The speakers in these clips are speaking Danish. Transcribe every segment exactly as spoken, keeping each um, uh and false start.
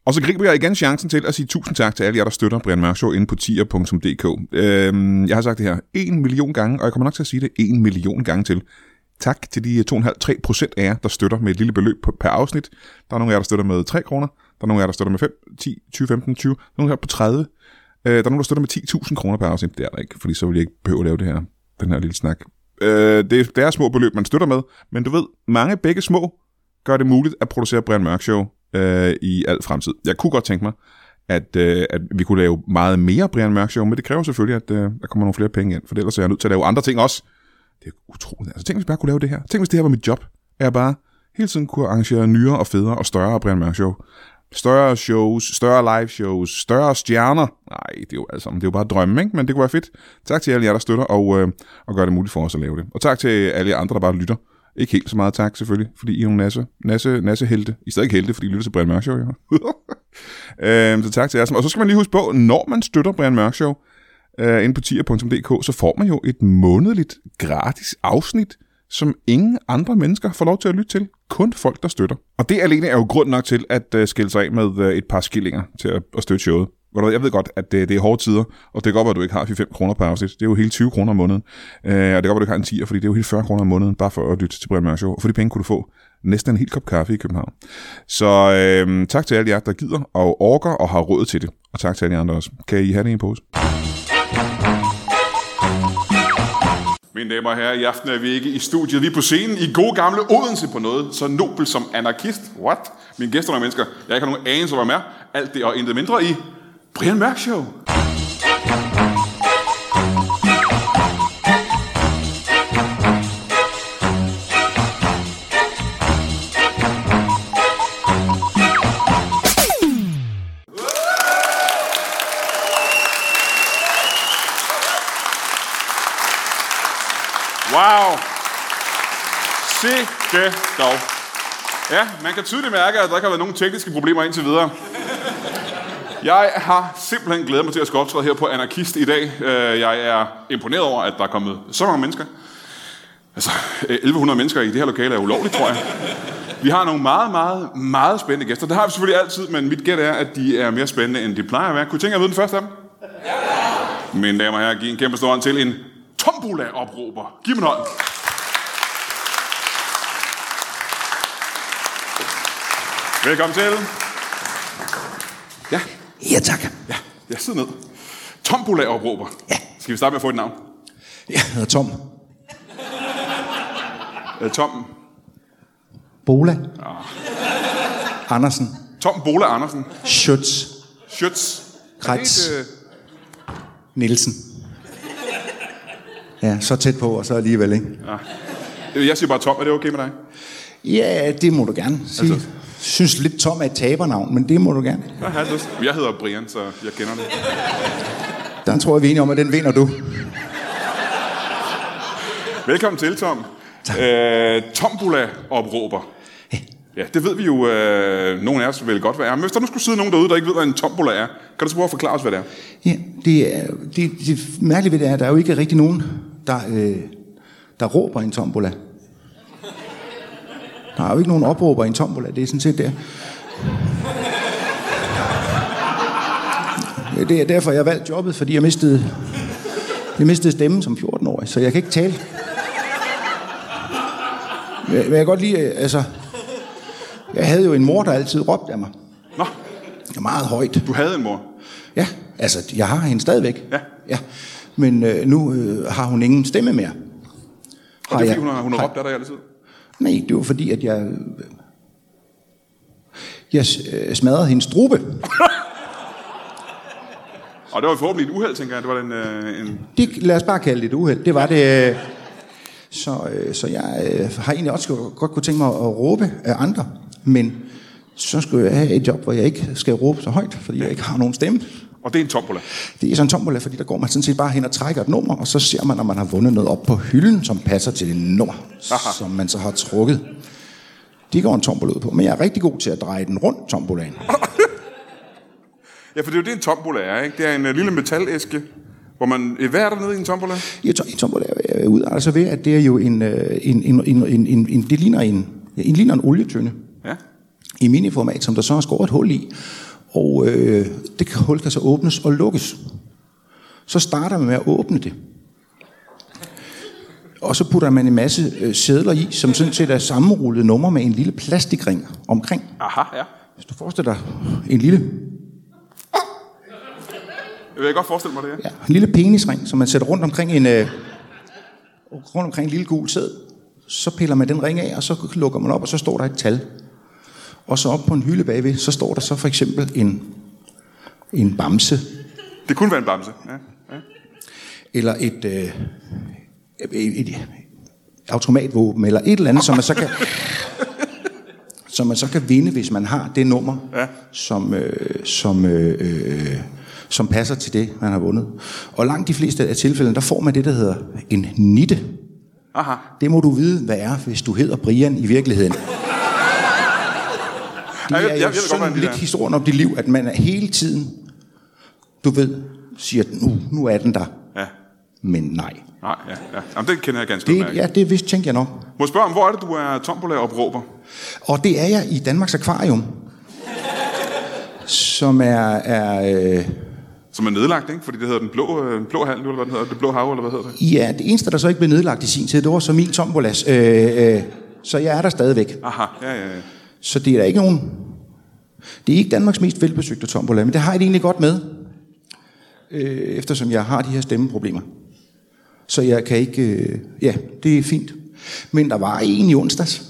Og så griber jeg igen chancen til at sige tusind tak til alle jer, der støtter Brian Mørk Show inde på tier punktum d k. Øhm, jeg har sagt det her en million gange, og jeg kommer nok til at sige det en million gange til. Tak til de to komma fem til tre procent af jer, der støtter med et lille beløb per afsnit. Der er nogle af jer, der støtter med tre kroner. Der er nogle af jer, der støtter med fem, ti, tyve, femten, tyve. Der er nogle af jer på tredive. Øh, der er nogle, der støtter med ti tusind kroner per afsnit. Det er der ikke, fordi så vil jeg ikke behøve at lave det her, den her lille snak. Øh, det, det er små beløb, man støtter med. Men du ved, mange begge små gør det muligt at producere Brian Mørk Show øh, i al fremtid. Jeg kunne godt tænke mig, at, øh, at vi kunne lave meget mere Brian Mørk Show, men det kræver selvfølgelig, at øh, der kommer nogle flere penge ind, for ellers er jeg nødt til at lave andre ting også. Det er utroligt. Altså, tænk, hvis jeg bare kunne lave det her. Tænk, hvis det her var mit job. At jeg bare hele tiden kunne arrangere nyere og federe og større Brian Mørk Show. Større shows, større live shows, større stjerner. Nej, det er jo altså, det er jo bare drømme, ikke? Men det kunne være fedt. Tak til alle jer, der støtter og, øh, og gør det muligt for os at lave det. Og tak til alle jer andre, der bare lytter. Ikke helt så meget tak, selvfølgelig, fordi I er nogle nasse, nasse, nasse helte. I er stadig helte, fordi I lytter til Brian Mørk Show, ja. øh, så tak til jer. Og så skal man lige huske på, når man støtter Brian Mørk Show øh, inde på tier punktum d k, så får man jo et månedligt gratis afsnit, som ingen andre mennesker får lov til at lytte til. Kun folk, der støtter. Og det alene er jo grund nok til at uh, skille sig af med uh, et par skillinger til at, at støtte showet. Jeg ved godt, at det, det er hårde tider, og det kan godt være, at du ikke har fem kroner per afsnit. Det er jo hele tyve kroner om måneden. Uh, og det kan godt være, at du ikke har en tier, fordi det er jo hele fyrre kroner om måneden, bare for at lytte til Brian Mørk Show. Og for de penge kunne du få næsten en hel kop kaffe i København. Så uh, tak til alle jer, der gider og orker og har råd til det. Og tak til alle jer andre også. Kan I have det i en pose? Mine damer og herrer, i aften er vi ikke i studiet. Vi er på scenen i gode gamle Odense på noget så nobelt som anarkist. What? Mine gæster og mennesker, jeg ikke har nogen anelse om, hvad er. Alt det og intet mindre i Brian Mørk Show. Wow. Sikke dog. Ja, man kan tydeligt mærke, at der ikke har været nogen tekniske problemer indtil videre. Jeg har simpelthen glædet mig til at skulle optræde her på Anarkist i dag. Jeg er imponeret over, at der er kommet så mange mennesker. Altså, elleve hundrede mennesker i det her lokale er ulovligt, tror jeg. Vi har nogle meget, meget, meget spændende gæster. Det har vi selvfølgelig altid, men mit gæt er, at de er mere spændende, end de plejer at være. Kunne I tænke jer at vide den første af dem? Ja! Mine damer og herrer, giv en kæmpe stor hånd til en tombola-opråber. Giv mig en hånd. Velkommen til. Ja. Ja, tak. Ja, jeg sidder ned. Tombola-opråber. Ja. Skal vi starte med at få et navn? Ja, jeg hedder Tom. Øh, Tom. Bola. Ja. Andersen. Tom Bola Andersen. Schütz. Schütz. Kretz. Øh... Nielsen. Ja, så tæt på, og så alligevel, ikke? Ja. Jeg siger bare Tom. Er det okay med dig? Ja, det må du gerne sige. Altså. Synes lidt Tom er et tabernavn, men det må du gerne. Ja, jeg hedder Brian, så jeg kender det. Der tror jeg, vi er enige om, at den vinder du. Velkommen til, Tom. Øh, Tombola-opråber. Ja, det ved vi jo, øh, nogen af os vil godt være. Men hvis der nu skulle sidde nogen derude, der ikke ved, hvad en tombola er, kan du så prøve at forklare os, hvad det er? Ja, det er det, det mærkelige ved det er, at der er jo ikke rigtig nogen, der, øh, der råber en tombola. Der er jo ikke nogen opråber i en tombola, det er sådan set det. Det er derfor, jeg har valgt jobbet, fordi jeg mistede, jeg mistede stemmen som fjorten-årig, så jeg kan ikke tale. Men jeg kan godt lide, altså... Jeg havde jo en mor, der altid råbte af mig. Nå. Meget højt. Du havde en mor? Ja, altså, jeg har hende stadigvæk. Ja. Ja. Men øh, nu øh, har hun ingen stemme mere. Og det er fordi, hun har, hun har råbt af dig altid? Nej, det var fordi, at jeg... Jeg øh, smadrede hendes strube. Og det var forhåbentlig et uheld, tænker jeg. Det var en... Øh, en... Det, lad os bare kalde det et uheld. Det var det... Øh, så, øh, så jeg øh, har egentlig også godt kunne tænke mig at råbe af andre. Men så skulle jeg have et job, hvor jeg ikke skal råbe så højt, fordi jeg ikke har nogen stemme. Og det er en tombola? Det er sådan en tombola, fordi der går man sådan set bare hen og trækker et nummer, og så ser man, når man har vundet noget op på hylden, som passer til det nummer, Aha. som man så har trukket. Det går en tombola ud på, men jeg er rigtig god til at dreje den rundt, tombolaen. Ja, for det er jo det, en tombola er, ikke? Det er en uh, lille metalæske, hvor man... Hvad er der nede i en tombola? Ja, en tombola er ud altså ved, at det er jo en... en, en, en, en, en det ligner en, ja, en ligner en olietønde. Ja. I miniformat, som der så er skåret et hul i. Og øh, det hul kan så åbnes og lukkes. Så starter man med at åbne det. Og så putter man en masse øh, sedler i, som sådan set er sammenrullede numre med en lille plastikring omkring. Aha, ja. Hvis du forestiller dig en lille... Jeg vil godt forestille mig det, ja. En lille penisring, som man sætter rundt omkring en, øh, rundt omkring en lille gul sæd. Så piller man den ring af, og så lukker man op, og så står der et tal. Og så op på en hylde bagved, så står der så for eksempel en, en bamse. Det kunne være en bamse, ja. ja. Eller et, øh, et, et automatvåben, eller et eller andet, som man så kan... som man så kan vinde, hvis man har det nummer, ja. som, øh, som, øh, øh, som passer til det, man har vundet. Og langt de fleste af tilfældene, der får man det, der hedder en nitte. Aha. Det må du vide, hvad er, hvis du hedder Brian i virkeligheden. Det ja, jeg, er jo jeg, jeg sådan lidt historien om dit liv, at man er hele tiden, du ved, siger, nu, nu er den der. Ja. Men nej. Nej, ja, ja. Jamen, det kender jeg ganske det, udmærket. Ja, det vist tænker jeg nok. Må jeg spørge om, hvor er det, du er tombola-opråber? Og det er jeg i Danmarks Akvarium. Som er... er øh... Som er nedlagt, ikke? Fordi det hedder den blå, øh, blå hal, eller hvad den hedder? Det blå hav, eller hvad hedder det? Ja, det eneste, der så ikke blev nedlagt i sin tid, det var så min tombolas. Øh, øh, så jeg er der stadigvæk. Aha, ja, ja, ja. Så det er der ikke nogen... Det er ikke Danmarks mest velbesøgte tombola, men det har jeg det egentlig godt med. Øh, eftersom jeg har de her stemmeproblemer. Så jeg kan ikke... Øh, ja, det er fint. Men der var en i onsdags.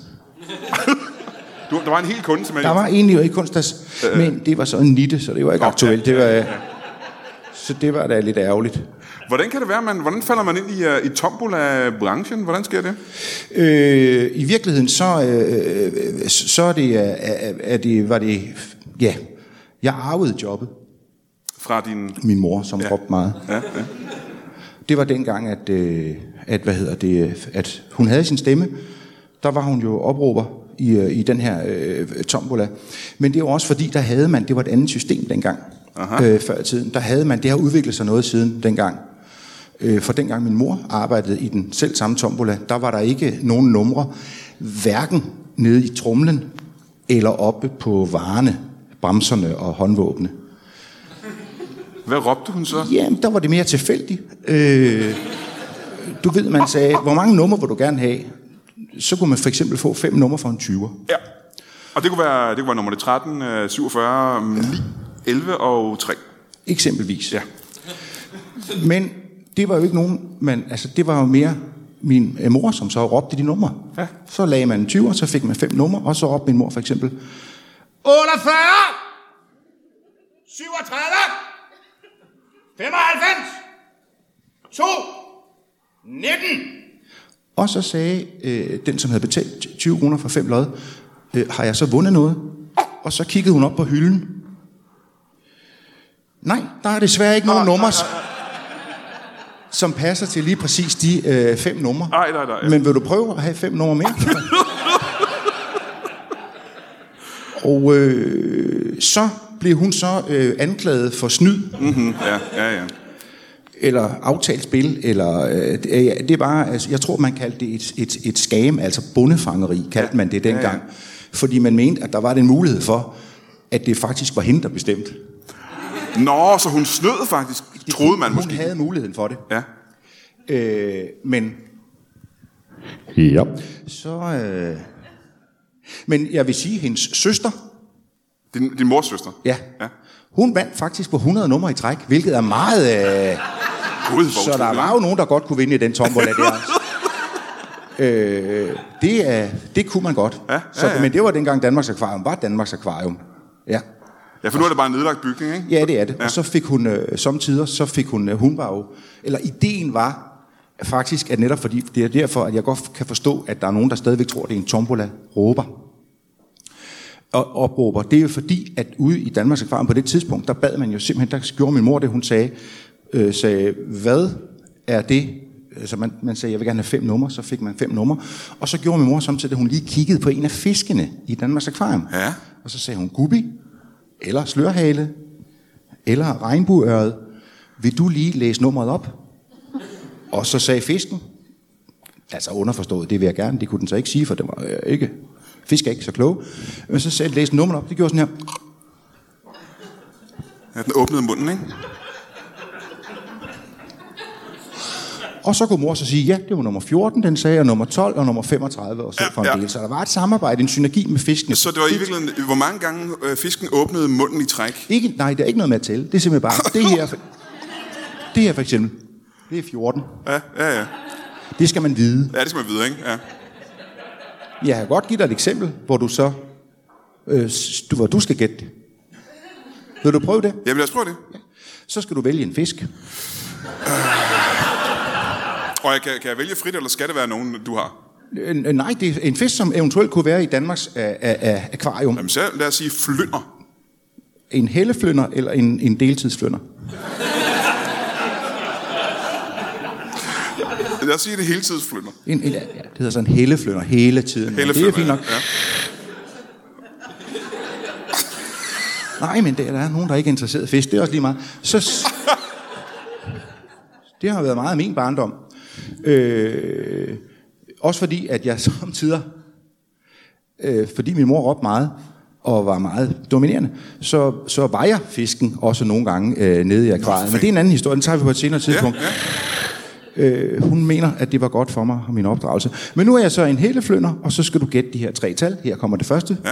Du, der var en hel kunde, som er... Der var en i onsdags, øh, men det var så en nitte, så det var ikke okay, aktuelt. Det var, ja, ja. Så det var da lidt ærgerligt. Hvordan kan det være, man, hvordan falder man ind i, uh, i tombola-branchen? Hvordan sker det? Øh, I virkeligheden, så, øh, så er det, er det, var det... Ja, jeg arvede jobbet. Fra din... Min mor, som ja. råbte meget. Ja, ja. Det var dengang, at, at, hvad hedder det, at hun havde sin stemme. Der var hun jo opråber i, i den her øh, tombola. Men det var også fordi, der havde man, det var et andet system dengang, øh, før i tiden. Der havde man, det har udviklet sig noget siden dengang. Øh, for dengang min mor arbejdede i den selv samme tombola, der var der ikke nogen numre, hverken nede i tromlen, eller oppe på varerne, bremserne og håndvåbne. Hvad råbte hun så? Jamen, der var det mere tilfældigt. Øh, du ved, man sagde, hvor mange numre vil du gerne have? Så kunne man for eksempel få fem numre for en tyver. Ja, og det kunne være, det kunne være nummer tretten, syvogfyrre, ni, elleve og tre. Eksempelvis. Ja. Men det var jo ikke nogen, man, altså det var jo mere min mor, som så råbte de numre. Ja. Så lagde man en tyver, så fik man fem numre, og så råbte min mor for eksempel otteogfyrre, syvogtredive, femoghalvfems, to, nitten. Og så sagde øh, den, som havde betalt tyve kroner for fem lod, øh, har jeg så vundet noget? Og så kiggede hun op på hylden. Nej, der er desværre ikke nogen numre, som passer til lige præcis de øh, fem numre. Nej, nej, nej. Men vil du prøve at have fem numre mere? Og øh, så blev hun så øh, anklaget for snyd. Mm-hmm. Ja, ja, ja. Eller aftalt spil, eller øh, det er bare, altså, jeg tror man kaldte det et, et, et scam, altså bondefangeri, kaldte man det dengang. Ja, ja. Fordi man mente, at der var den mulighed for, at det faktisk var hende, der bestemte. Nå, så hun snød faktisk, troede man hun måske. Hun havde muligheden for det. Ja. Øh, men... Ja. Så... Øh, men jeg vil sige, hendes søster... Din, din mors søster? Ja. ja. Hun vandt faktisk på hundrede numre i træk, hvilket er meget... Øh, God, så der var jo nogen, der godt kunne vinde i den tombola der. øh, det, er, det kunne man godt. Ja, ja, så, ja. Men det var dengang Danmarks Akvarium var Danmarks Akvarium. Ja. Ja, for nu er det bare en nedlagt bygning, ikke? Ja, det er det. Ja. Og så fik hun, øh, samtidig, så fik hun, øh, hun var jo... Eller ideen var faktisk, at netop fordi... Det er derfor, at jeg godt kan forstå, at der er nogen, der stadigvæk tror, at det er en tombola-råber. Og opråber. Det er jo fordi, at ude i Danmarks Akvarium på det tidspunkt, der bad man jo simpelthen, der gjorde min mor det, hun sagde, øh, sagde, hvad er det? Altså man, man sagde, jeg vil gerne have fem numre, så fik man fem numre. Og så gjorde min mor samtidig, at hun lige kiggede på en af fiskene i Danmarks Akvarium. Ja. Og så sagde hun, guppi, eller slørhale, eller regnbueøret, vil du lige læse nummeret op? Og så sagde fisken, altså underforstået, det vil jeg gerne, det kunne den så ikke sige, for det var øh, ikke... Fisk er ikke så klog. Men så sagde jeg, læs nummeret op. Det gjorde sådan her. Ja, den åbnede munden, ikke? Og så kunne mor så sige, ja, det var nummer fjorten, den sagde, og nummer tolv, og nummer femogtredive, og så Ja, for en ja. del. Så der var et samarbejde, en synergi med fiskene. Så det var i virkeligheden, hvor mange gange øh, fisken åbnede munden i træk? Ikke, nej, det er ikke noget med at tælle. Det er simpelthen bare, det her, det her for eksempel, det er fjorten. Ja, ja, ja. Det skal man vide. Ja, det skal man vide, ikke? Ja. Jeg kan godt give dig et eksempel, hvor du så, øh, du, hvor du skal gætte det. Vil du prøve det? Jamen, lad os prøve det. Så skal du vælge en fisk. Og jeg, kan, kan jeg vælge frit, eller skal det være nogen, du har? Øh, nej, det er en fisk, som eventuelt kunne være i Danmarks øh, øh, akvarium. Jamen, så lad os sige flynder. En helleflynder eller en, en deltidsflynder. Lad os sige det heltidsflynder. En, en, ja, det hedder sådan en helleflynder hele tiden. Helleflynder, det er fint nok. Ja. Nej, men det, der er nogen, der ikke er interesseret i fisk. Det er også lige meget. Så, det har været meget af min barndom. Øh, også fordi, at jeg samtidig, øh, fordi min mor råbte meget, og var meget dominerende, så, så var jeg fisken også nogle gange øh, nede i akvariet. Men det er en anden historie, den tager vi på et senere tidspunkt. Ja, ja. Øh, hun mener, at det var godt for mig og min opdragelse. Men nu er jeg så en helleflynder, og så skal du gætte de her tre tal. Her kommer det første. Ja.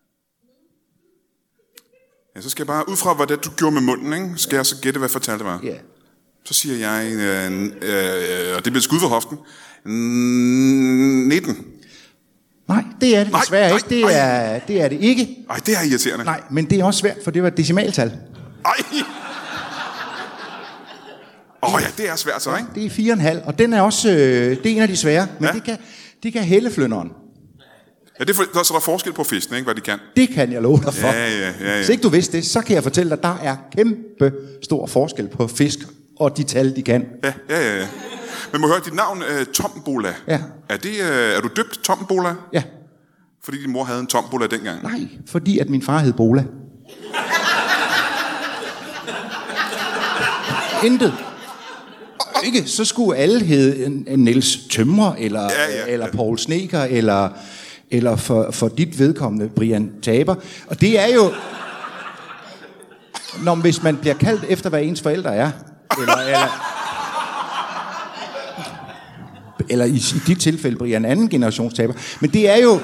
Ja, så skal jeg bare, ud fra hvad det du gjorde med munden, ikke? Skal jeg så gætte, hvad for tal det var? Ja. Så siger jeg, øh, øh, og det bliver skud for hoften, nitten. Nej, det er det Nej, desværre nej, ikke. Det nej. er, det er det ikke. Ej, det er irriterende. Nej, men det er også svært, for det var et decimaltal. Ej! Åh oh, ja, det er svært så, ikke? Det er fire komma fem, og den er også, øh, det er en af de svære, men Ja. det kan, det kan helleflynderen. Ja, det er for, så er der forskel på fiskene, ikke, hvad de kan. Det kan jeg love dig for. Ja, ja, ja, ja. Hvis ikke du vidste det, så kan jeg fortælle dig, at der er kæmpe stor forskel på fisk og de tal, de kan. Ja, ja, ja. ja. Men må jeg høre, dit navn er Tombola. Ja. Er, det, øh, er du døbt Tombola? Ja. Fordi din mor havde en Tombola dengang? Nej, fordi at min far hed Bola. Intet. Ikke, så skulle alle hedde en, en Niels Tømrer, eller, Ja, ja, eller ja. Paul Sneker, eller, eller for, for dit vedkommende Brian Taber. Og det er jo, når hvis man bliver kaldt efter, hvad ens forældre er, eller, eller, eller i, i dit tilfælde Brian anden generations taber. Men det er jo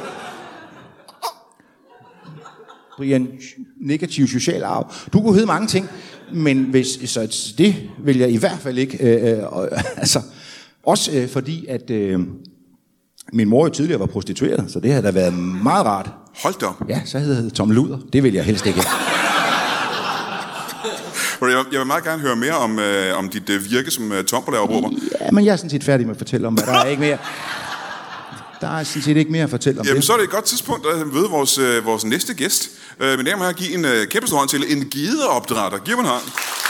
Brian negativ social arv. Du kunne hedde mange ting, men hvis, så det vil jeg i hvert fald ikke. Øh, øh, altså, også øh, fordi, at øh, min mor jo tidligere var prostitueret, så det havde da været meget rart. Hold da op. Ja, så hedder det Tom Luder. Det vil jeg helst ikke. Jeg, jeg vil meget gerne høre mere om, øh, om dit øh, virke som øh, Tombola-opråber. Ja, men jeg er sådan set færdig med at fortælle om, hvad der er ikke mere. Der er sådan set ikke mere at fortælle om. Jamen, det. så er det et godt tidspunkt at møde vores, øh, vores næste gæst. Øh, mine damer og herrer, give en øh, kæmpe stor hånd til en gedeopdrætter. Giv mig en hånd.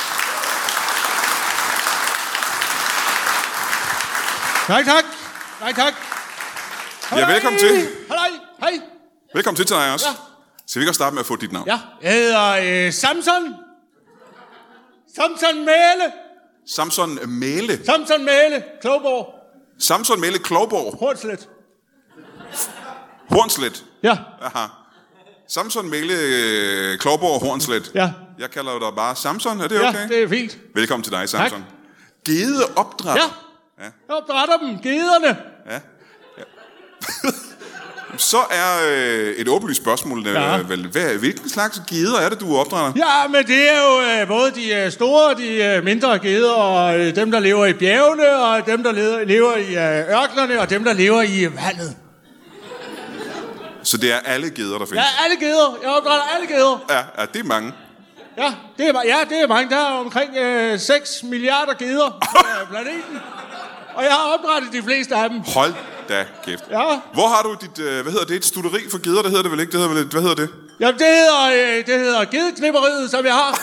Nej tak. Nej tak. Ja, velkommen til. Hej. Hej. Velkommen til til dig også. Ja. Så vi kan starte med at få dit navn. Ja, jeg hedder øh, Samson. Samson Mæle. Samson Mæle. Samson Mæle. Klogborg. Samson Mæle Klovborg. Hornslet. Hornslet. Ja. Aha. Samson Mæle øh, Klovborg Hornslet. Ja. Jeg kalder dig bare Samson. Er det Ja, okay? det er fint. Velkommen til dig, Samson. Gedeopdrætter. Ja. Jeg opdrætter dem. Gederne. Ja. Ja. Så er øh, et åbenlyst spørgsmål, øh, Ja. vel, hvad, hvilken slags geder er det, du opdrætter? Ja, men det er jo øh, både de øh, store og de øh, mindre geder, og øh, dem, der lever i bjergene, og dem, der lever, lever i øh, ørkenerne, og dem, der lever i øh, vandet. Så det er alle geder, der findes? Ja, alle geder. Jeg opdrætter alle geder. Ja, ja, det er mange. Ja, det er, ja, det er mange. Der er omkring øh, seks milliarder geder på øh, planeten. Og jeg har opdrættet de fleste af dem. Hold da kæft. Ja. Hvor har du dit, øh, hvad hedder det, et studeri for geder? Det hedder det vel ikke? Det hedder vel, hvad hedder det? Jamen, det hedder, øh, det hedder gedeknipperiet, som jeg har.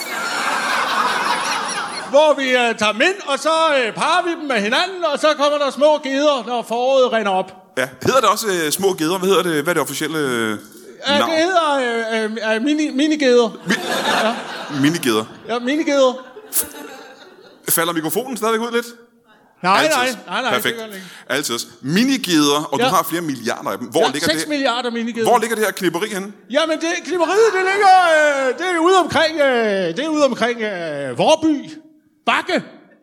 Hvor vi øh, tager dem ind, og så øh, parer vi dem med hinanden, og så kommer der små geder, når foråret rinder op. Ja. Hedder det også øh, små geder? Hvad hedder det? Hvad er det officielle øh, Ja, navn? det hedder øh, øh, mini, minigeder. Mi- Ja. Minigeder. Ja, minigeder. Falder mikrofonen stadigvæk ud lidt? Nej, Altid. nej, nej, nej. Perfekt. Altid. Minigeder, og ja. du har flere milliarder af dem. Hvor ja, ligger seks det? milliarder minigeder. Hvor ligger det her knipperi henne? Jamen, det knipperiet, det ligger øh, det er ude omkring, øh, det er ude omkring øh, Vorby Bakke.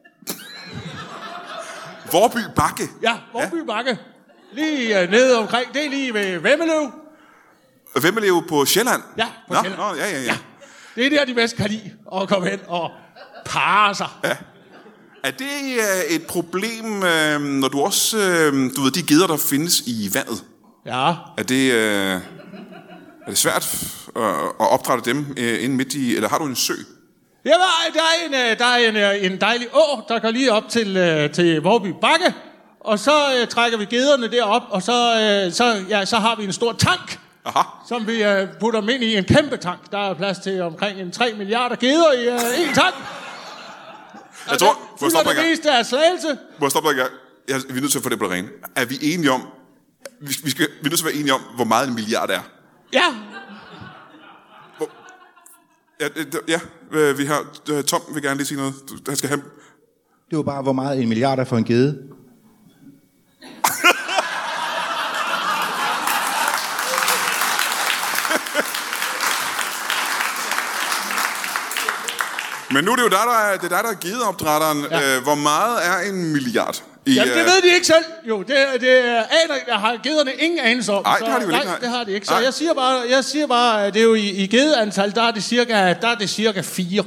Vorby Bakke? Ja, Vorby ja. Bakke. Lige øh, nede omkring, det er lige ved Vemmelev. Vemmelev på Sjælland? Ja, på Nå, Sjælland. Nå, ja, ja, ja, ja. Det er der, de bedst kan lide at komme hen og parre sig. Ja. Er det øh, et problem, øh, når du også, øh, du ved, de geder, der findes i vandet? Ja. Er det, øh, er det svært at, at opdrætte dem øh, inde midt i, eller har du en sø? Ja, der er en, der er en, en dejlig å, der går lige op til, til Vorby Bakke, og så øh, trækker vi gederne derop, og så, øh, så, ja, så har vi en stor tank, Aha. som vi øh, putter dem ind i en kæmpe tank. Der er plads til omkring en tre milliarder geder i øh, en tank. Jeg tror, må jeg stoppe dig det meste af Slagelse. Må jeg stoppe dig gang? Jeg, vi er nødt til at få det på det rene. Er vi enige om, vi, vi, skal, vi er nødt til at være enige om, hvor meget en milliard er? Ja. Hvor, ja, ja, vi har, Tom vil gerne lige sige noget. Han skal have... Det var bare, hvor meget en milliard er for en gede. Men nu er det jo dig, der er, det er dig, der er gedeopdrætteren. Ja. Øh, hvor meget er en milliard? I, Jamen, det ved de ikke selv. Jo, det, det aner, jeg har gederne ingen anelse om. Nej, det har de vel ikke. Nej, det har de ikke. Så jeg siger bare, jeg siger bare, at det er jo i, i gedeantal, der er det cirka, der er det cirka fire.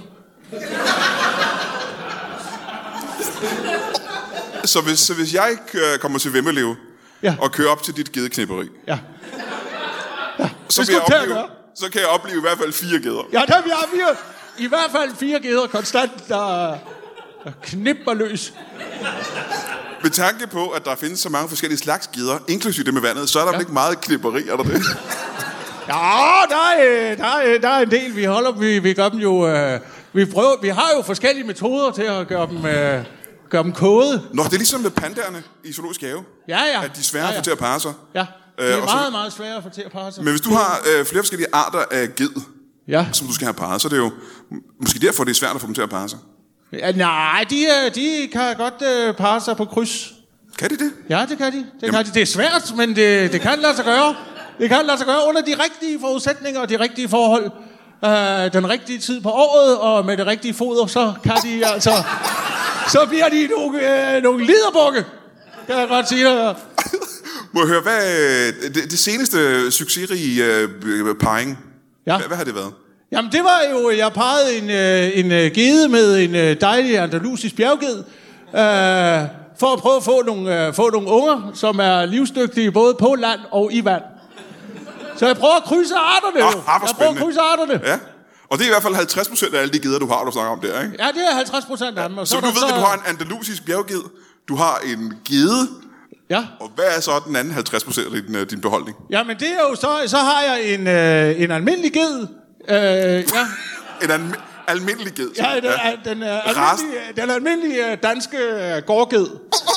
Så hvis, så hvis jeg øh, kommer til Vemmelev ja. og kører op til dit gedeknipperi, ja. Ja. så, vil jeg opleve, så kan jeg opleve i hvert fald fire geder. Ja, der vi har fire. I hvert fald fire geder konstant, der, der knipper løs. Med tanke på, at der findes så mange forskellige slags geder, inklusive det med vandet, så er der ja. ikke meget knipperi, er der det? Ja, der er, der, er, der er en del. Vi holder, vi, vi gør dem jo... Øh, vi, prøver, vi har jo forskellige metoder til at gøre dem, øh, gøre dem kode. Nå, det er ligesom med pandaerne i zoologisk have. Ja, ja. At de er svære ja, ja. at få til at parre sig. Ja, det er øh, meget, så, meget svære at få til at parre sig. Men hvis du har øh, flere forskellige arter af ged, ja. som du skal have parret, så er det jo måske derfor, det er svært at få dem til at parre sig. Ja, nej, de, de kan godt øh, parre sig på kryds. Kan de det? Ja, det kan de. Det, kan de. Det er svært, men det, det kan lade sig gøre. Det kan lade sig gøre under de rigtige forudsætninger og de rigtige forhold. Øh, den rigtige tid på året, og med det rigtige foder, så kan de altså... Så bliver de nogle, øh, nogle liderbukke, kan jeg godt sige det. Må jeg høre, hvad det, det seneste succesrige øh, parring, ja. hvad, hvad har det været? Jamen, det var jo, jeg parrede en, øh, en øh, gede med en øh, dejlig andalusisk bjergged, øh, for at prøve at få nogle, øh, få nogle unger, som er livsdygtige både på land og i vand. Så jeg prøver at krydse arterne jo. Ah, jeg prøver at krydse arterne. Ja. Og det er i hvert fald halvtreds procent af alle de geder, du har, du snakker om der, ikke? Ja, det er halvtreds procent af dem. Så, så du ved, så... at du har en andalusisk bjergged, du har en gede, ja. Og hvad er så den anden halvtreds procent af din, din beholdning? Jamen, det er jo så, så har jeg en, øh, en almindelig ged. Øh, ja. En alm- almindelig ged? Ja, den, ja. den, øh, almindelige, den almindelige øh, danske øh, gårdged.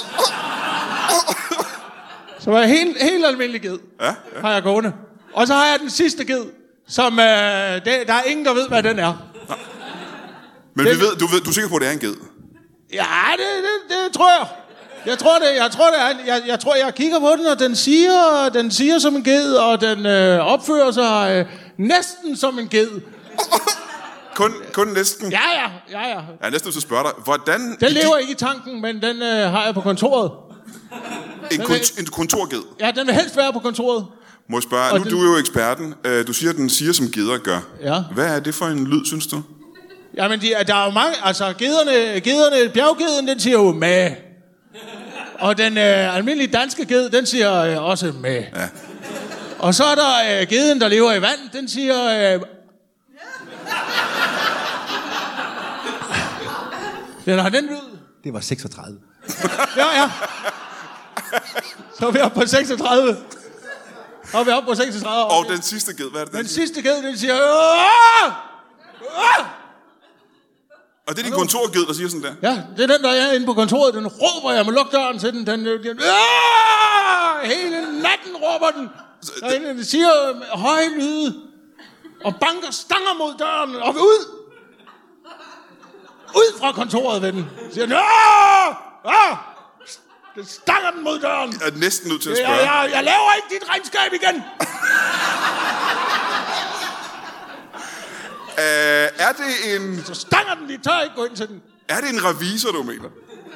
Så er helt, helt almindelig ged, ja, ja. har jeg gående. Og så har jeg den sidste ged, som øh, det, der er ingen, der ved, hvad den er. Ja. Men den, vi ved, du, ved, du er sikker på, at det er en ged? Ja, det, det, det tror jeg. Jeg tror det, jeg tror det er, jeg, jeg tror jeg kigger på den, og den siger, den siger som en ged, og den øh, opfører sig øh, næsten som en ged. kun, kun næsten? Ja, ja, ja, ja. Jeg er næsten så spørge dig, hvordan... Den lever ikke i tanken, men den øh, har jeg på kontoret. En, kont- en kontorged? Ja, den vil helst være på kontoret. Må jeg spørge, og nu den... du er jo eksperten. Du siger, at den siger som geder gør. Ja. Hvad er det for en lyd, synes du? Jamen, de, der er jo mange, altså gederne, gederne, bjerggeden, den siger jo med. Og den øh, almindelige danske ged, den siger øh, også med. Ja. Og så er der øh, geden, der lever i vand, den siger... Øh, den har den lyd. Det var seksogtredive. Ja, ja. Så er vi oppe på seksogtredive. Så er vi oppe på seksogtredive. Og den sidste ged, hvad er det? Den, den sidste ged, den siger... Åh! Åh! Og det er din kontorged, der siger sådan der? Ja, det er den, der er inde på kontoret. Den råber, jeg må lukke døren til den. Den, den, den øh, hele natten råber den. Derinde, den siger høje lyde. Og banker stanger mod døren. Og ud. Ud fra kontoret ved den. Siger den. Åh! Åh! Det stanger den mod døren. Jeg er næsten nødt til at Jeg, spørge. jeg, jeg laver ikke dit regnskab igen. Uh, er det en... Så stanger den, de tør ikke gå ind til den. Er det en revisor, du mener?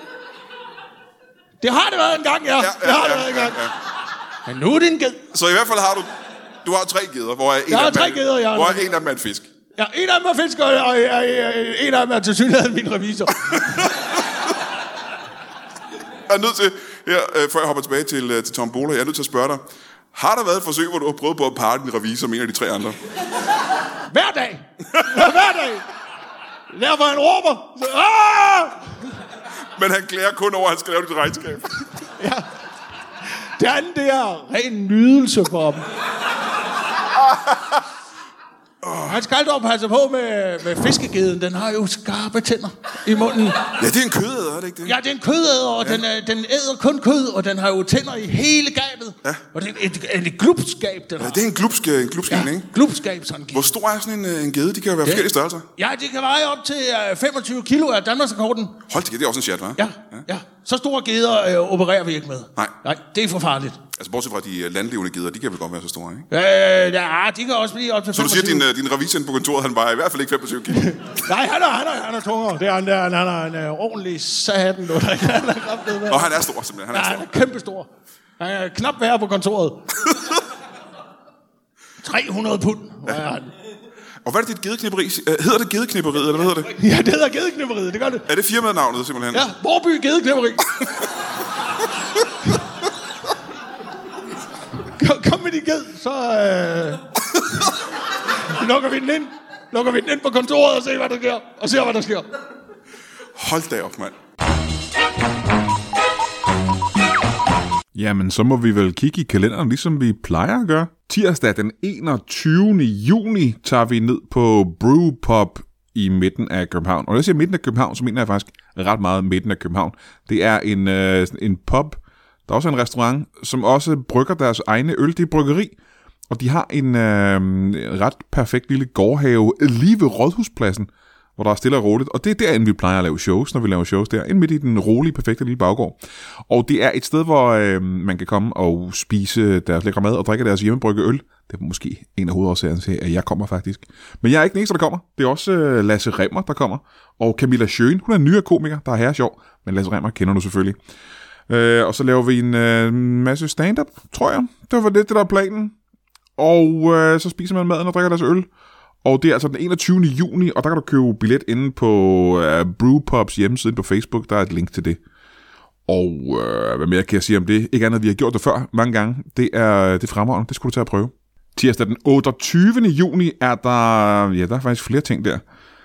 Det har det været en gang, ja. Ja, ja, det har ja, det været en gang. ja, ja. Men nu er det en ged. Så i hvert fald har du... Du har tre geder, hvor en Jeg har af dem tre er- geder, jeg har hvor nogle- en af dem er en fisk. Ja, en af dem er fisker, og, og, og, og en af dem er til synligheden min revisor. Jeg er nødt til, her, øh, før jeg hopper tilbage til, øh, til Tom Bola, jeg er nødt til at spørge dig. Har der været et forsøg, hvor du har prøvet på at parre din revisor med en af de tre andre? Hver dag. Hver dag. Der hvor han råber. Så, Aah! Men han klæder kun over, at han skal lave dit regnskab. Ja. Det andet, det er ren nydelse for dem. Han skal dog passe på med, med fiskegeden. Den har jo skarpe tænder i munden. Ja, det er en kødæder, er det ikke det? Ja, det er en kødæder, og ja. den, er, den æder kun kød, og den har jo tænder i hele gabet. Ja. Og det er et, et, et glupskab, den Ja, har. det er en glupsk, en glupsk Ja, en, ikke? glupskab, sådan en Hvor stor er sådan en, øh, en gede? De kan jo være Ja. forskellige størrelser. Ja, det kan veje op til uh, femogtyve kilo af Danmarksrekorden. Hold det, det er også en chat, hva'? Ja, ja. Så store geder øh, opererer vi ikke med. Nej. Nej, det er for farligt. Altså, bortset fra de øh, landlevende geder, de kan vel godt være så store, ikke? Øh, ja, de kan også blive op til Så du femogtyve. siger, at din, øh, din revisor på kontoret, han vejer i hvert fald ikke femogtyve kilo. Nej, han er, han er, han er tungere. Det er han der, han er en uh, ordentlig saten. Han er kraftet med. Og han er stor, simpelthen. Han Ja, er han stor. er kæmpestor. Han er knap værre på kontoret. tre hundrede pund. Ja. Han. Og hvad er det dit gedeknipperi? Øh, Hedder det gedeknipperiet, eller hvad hedder det? Ja, det hedder gedeknipperiet, det gør det. Er det firmanavnet, simpelthen? Ja, Vorby Gedeknipperi. Kom, kom med din ged, så øh, lukker vi den ind. Lukker vi den ind på kontoret og ser, hvad der sker. Og ser, hvad der sker. Hold da op, mand. Jamen, så må vi vel kigge i kalenderen, ligesom vi plejer at gøre. Tirsdag den enogtyvende juni tager vi ned på Brewpub i midten af København. Og når jeg siger midten af København, så mener jeg faktisk ret meget midten af København. Det er en, øh, en pub, der er også en restaurant, som også brygger deres egne øl. Det er bryggeri, og de har en øh, ret perfekt lille gårdhave lige ved Rådhuspladsen, hvor der er stille og roligt. Og det er derinde, vi plejer at lave shows, når vi laver shows der. Ind midt i den rolige, perfekte lille baggård. Og det er et sted, hvor øh, man kan komme og spise deres lækre mad og drikke deres hjemmebrygge øl. Det er måske en af hovedårsagerne til, at jeg kommer faktisk. Men jeg er ikke den eneste, der kommer. Det er også øh, Lasse Remmer, der kommer. Og Camilla Schøn, hun er en nyere komiker, der er her sjov. Men Lasse Remmer kender du selvfølgelig. Øh, og så laver vi en øh, masse stand-up, tror jeg. Det var lidt det, der er planen. Og øh, så spiser man maden og drikker deres øl. Og det er altså den enogtyvende juni, og der kan du købe billet inde på uh, Brewpubs hjemmeside på Facebook. Der er et link til det. Og uh, hvad mere kan jeg sige om det? Ikke andet, vi har gjort det før mange gange. Det er, det er fremragende. Det skulle du tage at prøve. Tirsdag den otteogtyvende juni er der... Ja, der er faktisk flere ting der.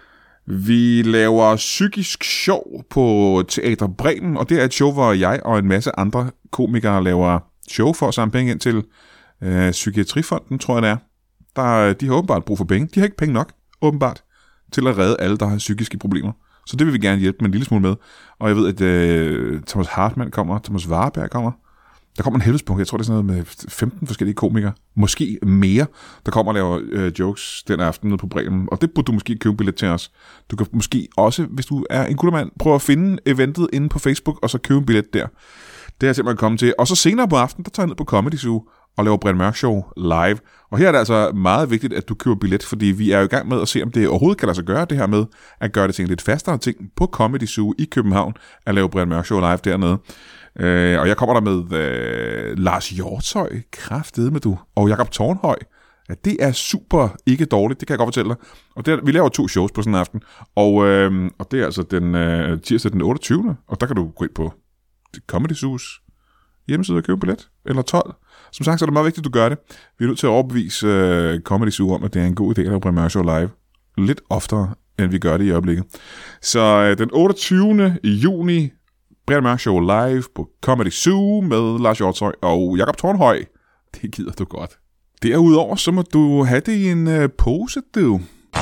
Vi laver psykisk sjov på Teater Bremen, og det er et show, hvor jeg og en masse andre komikere laver show for at samle penge ind til uh, Psykiatrifonden, tror jeg det er. Der, de har åbenbart brug for penge. De har ikke penge nok, åbenbart, til at redde alle, der har psykiske problemer. Så det vil vi gerne hjælpe med en lille smule med. Og jeg ved, at uh, Thomas Hartmann kommer, Thomas Warberg kommer. Der kommer en helvedespunkt. Jeg tror, det er sådan noget med femten forskellige komikere. Måske mere, der kommer og laver uh, jokes den aften nede på Bremen. Og det burde du måske købe billet til os. Du kan måske også, hvis du er en guttermand, prøve at finde eventet inde på Facebook, og så købe en billet der. Det er jeg simpelthen kommet til. Og så senere på aftenen, der tager jeg ned på Comedy Zoo og laver Brian Mørk Show live. Og her er det altså meget vigtigt, at du køber billet, fordi vi er jo i gang med at se, om det overhovedet kan lade sig gøre, det her med at gøre det til en lidt fastere ting på Comedy Zoo i København, at lave Brian Mørk Show live dernede. Øh, og jeg kommer der med øh, Lars Hjortshøj, kraftedeme med du, og Jakob Tornhøj. Ja, det er super ikke dårligt, det kan jeg godt fortælle dig. Og det er, vi laver to shows på sådan en aften, og, øh, og det er altså den øh, tirsdag den otteogtyvende Og der kan du gå ind på Comedy Zoos hjemmeside og købe billet, eller tolv. Som sagt, så er det meget vigtigt, at du gør det. Vi er nødt til at overbevise uh, Comedy Zoo om, at det er en god idé at lave Brian Mørk Show live. Lidt oftere, end vi gør det i øjeblikket. Så uh, den otteogtyvende juni, Brian Mørk Show live på Comedy Zoo med Lars Hjortshøj og Jakob Tornhøj. Det gider du godt. Derudover, så må du have det i en uh, pose, du.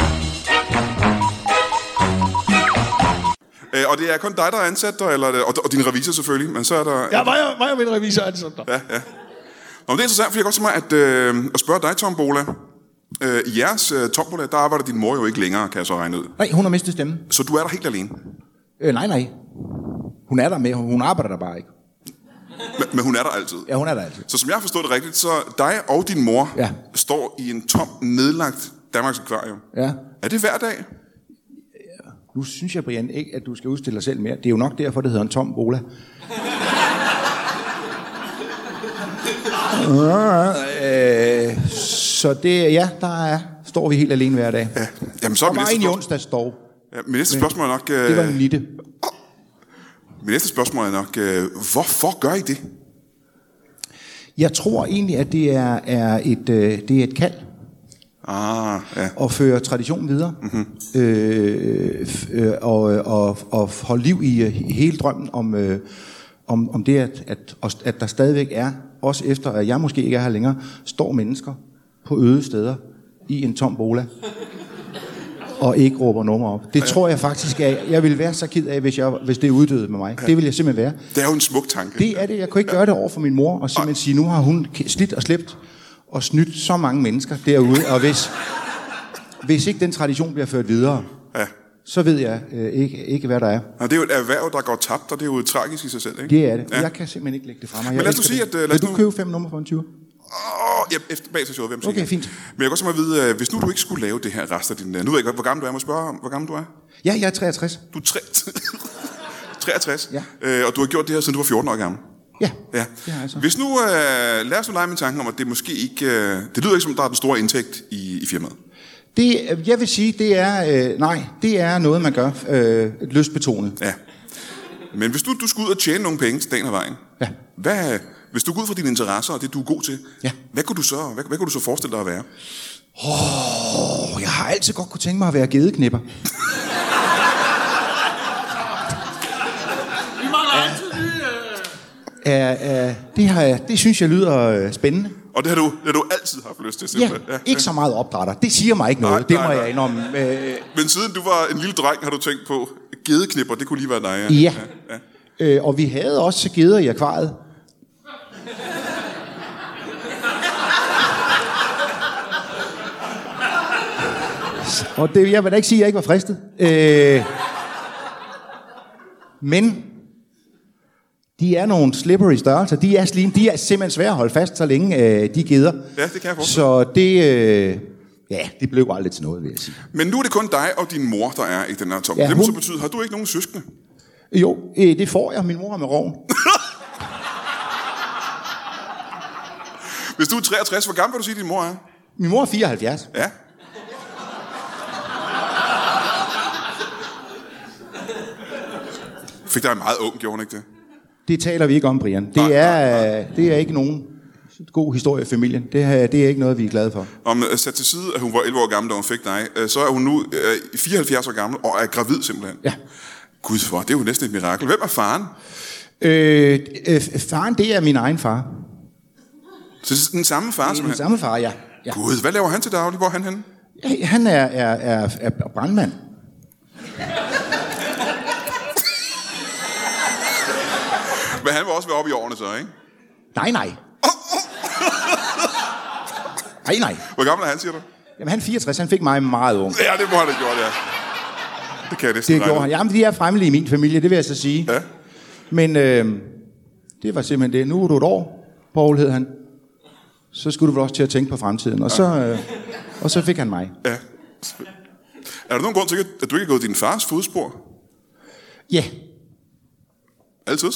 Øh, og det er kun dig, der er ansat der, eller, og, og din revisor selvfølgelig, men så er der... Ja, mig og, mig og min revisor er det sådan der. Ja, ja. Nå, men det er interessant, for jeg godt tænke mig at, øh, at spørge dig, Tom Bola. Øh, I jeres øh, Tombola, der arbejder din mor jo ikke længere, kan jeg så regne ud. Nej, hun har mistet stemmen. Så du er der helt alene? Øh, nej, nej. Hun er der med, hun arbejder der bare ikke. Men, men hun er der altid. Ja, hun er der altid. Så som jeg har forstået det rigtigt, så dig og din mor ja. står i en tom, nedlagt Danmarks Akvarium. Ja. Er det hver dag? Ja. Nu synes jeg, Brian, ikke, at du skal udstille dig selv mere. Det er jo nok derfor, det hedder en tom bola. øh, så det, ja, der er, står vi helt alene hver dag. Ja. Jamen, så er og bare en i onsdags dog. Ja, min næste spørgsmål er nok... Øh... Det var en nitte. Min næste spørgsmål er nok, øh, hvorfor gør I det? Jeg tror egentlig, at det er, er, et, øh, det er et kald. Ah, ja. At føre tradition videre. Mm-hmm. Øh, øh, og, og, og holde liv i uh, hele drømmen om, øh, om, om det, at, at, at der stadigvæk er, også efter at jeg måske ikke er her længere, står mennesker på øde steder i en tom bola. Og ikke råber nummer op. Det ja. tror jeg faktisk, at jeg ville være så ked af, hvis, jeg, hvis det uddøde med mig. Ja. Det ville jeg simpelthen være. Det er jo en smuk tanke. Det er det. Jeg kunne ikke ja. gøre det over for min mor, og simpelthen sige, nu har hun slidt og slæbt og snydt så mange mennesker derude, og hvis, hvis ikke den tradition bliver ført videre, ja. så ved jeg øh, ikke, ikke, hvad der er. Og det er jo et erhverv, der går tabt, og det er jo tragisk i sig selv, ikke? Det er det. Ja. Jeg kan simpelthen ikke lægge det fra mig. Men lad os nu sige, at... Lad Vil du nu... købe fem numre for en tyver? Åh, oh, ja, efter bag til showet, hvem siger Okay, fint. Men jeg kan godt tænke mig at vide, hvis nu du ikke skulle lave det her rest af din... Nu ved jeg ikke, hvor gammel du er. Må jeg spørge om, hvor gammel du er? Ja, jeg er treogtres. Du er tre... treogtres? Ja. Øh, og du har gjort det her, siden du var fjorten år gammel? Ja, ja. det har jeg så. Hvis nu... Øh, lad os nu lege med tanken om, at det måske ikke... Øh, det lyder ikke som, der er den store indtægt i, i firmaet. Det, jeg vil sige, det er... Øh, nej, det er noget, man gør øh, lystbetonet. Ja. Men hvis du, du skulle ud og tjene nogle penge til dagen og vejen... Ja. Hvad... Hvis du går ud fra dine interesser og det, du er god til, ja. hvad, kunne du så, hvad, hvad kunne du så forestille dig at være? Åh, oh, jeg har altid godt kunne tænke mig at være gedeknipper. Vi mangler altid lige... Uh... Uh, uh, det, har jeg, det synes jeg lyder uh, spændende. Og det har, du, det har du altid haft lyst til, simpelthen? Ja, ja, ikke ja. så meget opdrætter. Det siger mig ikke noget, nej, det må nej, jeg indrømme. Uh... Men siden du var en lille dreng, har du tænkt på, gedeknipper, det kunne lige være dig. Ja, ja. ja. Uh, og vi havde også geder i akvariet. Og det, jeg vil da ikke sige, at jeg ikke var fristet. Øh, men de er nogle slippery størrelser. De er, slim, de er simpelthen svære at holde fast, så længe øh, de gider. Ja, det kan jeg forstå. Så det, øh, ja, det blev aldrig til noget, vil jeg sige. Men nu er det kun dig og din mor, der er i den her top. Ja, det må hun... så betyde, har du ikke nogen søskende? Jo, øh, det får jeg. Min mor er med roven. Hvis du er treogtres, hvor gammel vil du sige, din mor er? Min mor er fireoghalvfjerds. Ja. Fik dig meget ung, gjorde hun ikke det? Det taler vi ikke om, Brian. Det, nej, er, nej, nej. det er ikke nogen god historie i familien. Det er, det er ikke noget, vi er glade for. Om sat til side, at hun var elleve år gammel, da hun fik dig, så er hun nu øh, fireoghalvfjerds år gammel og er gravid simpelthen. Ja. Gud for, det er jo næsten et mirakel. Hvem er faren? Øh, øh, faren, det er min egen far. Så det er den samme far, som den samme far, ja. ja. Gud, hvad laver han til daglig? Hvor er han henne? Ja, han er, er, er, er brandmand. Men han vil også være oppe i årene så, ikke? Nej, nej. Nej, nej. Hvor gammel er han, siger du? Jamen, han er fireogtres. Han fik mig meget ung. Ja, det må han have gjort, ja. Det kan jeg næsten Det gjorde han. Jamen, de er fremmelige i min familie, det vil jeg så sige. Ja. Men øh, det var simpelthen det. Nu er du et år, Poul hed han. Så skulle du vel også til at tænke på fremtiden. Og, ja. så, øh, og så fik han mig. Ja. Er der nogen grund til, at du ikke har gået din fars fodspor? Ja. Altid?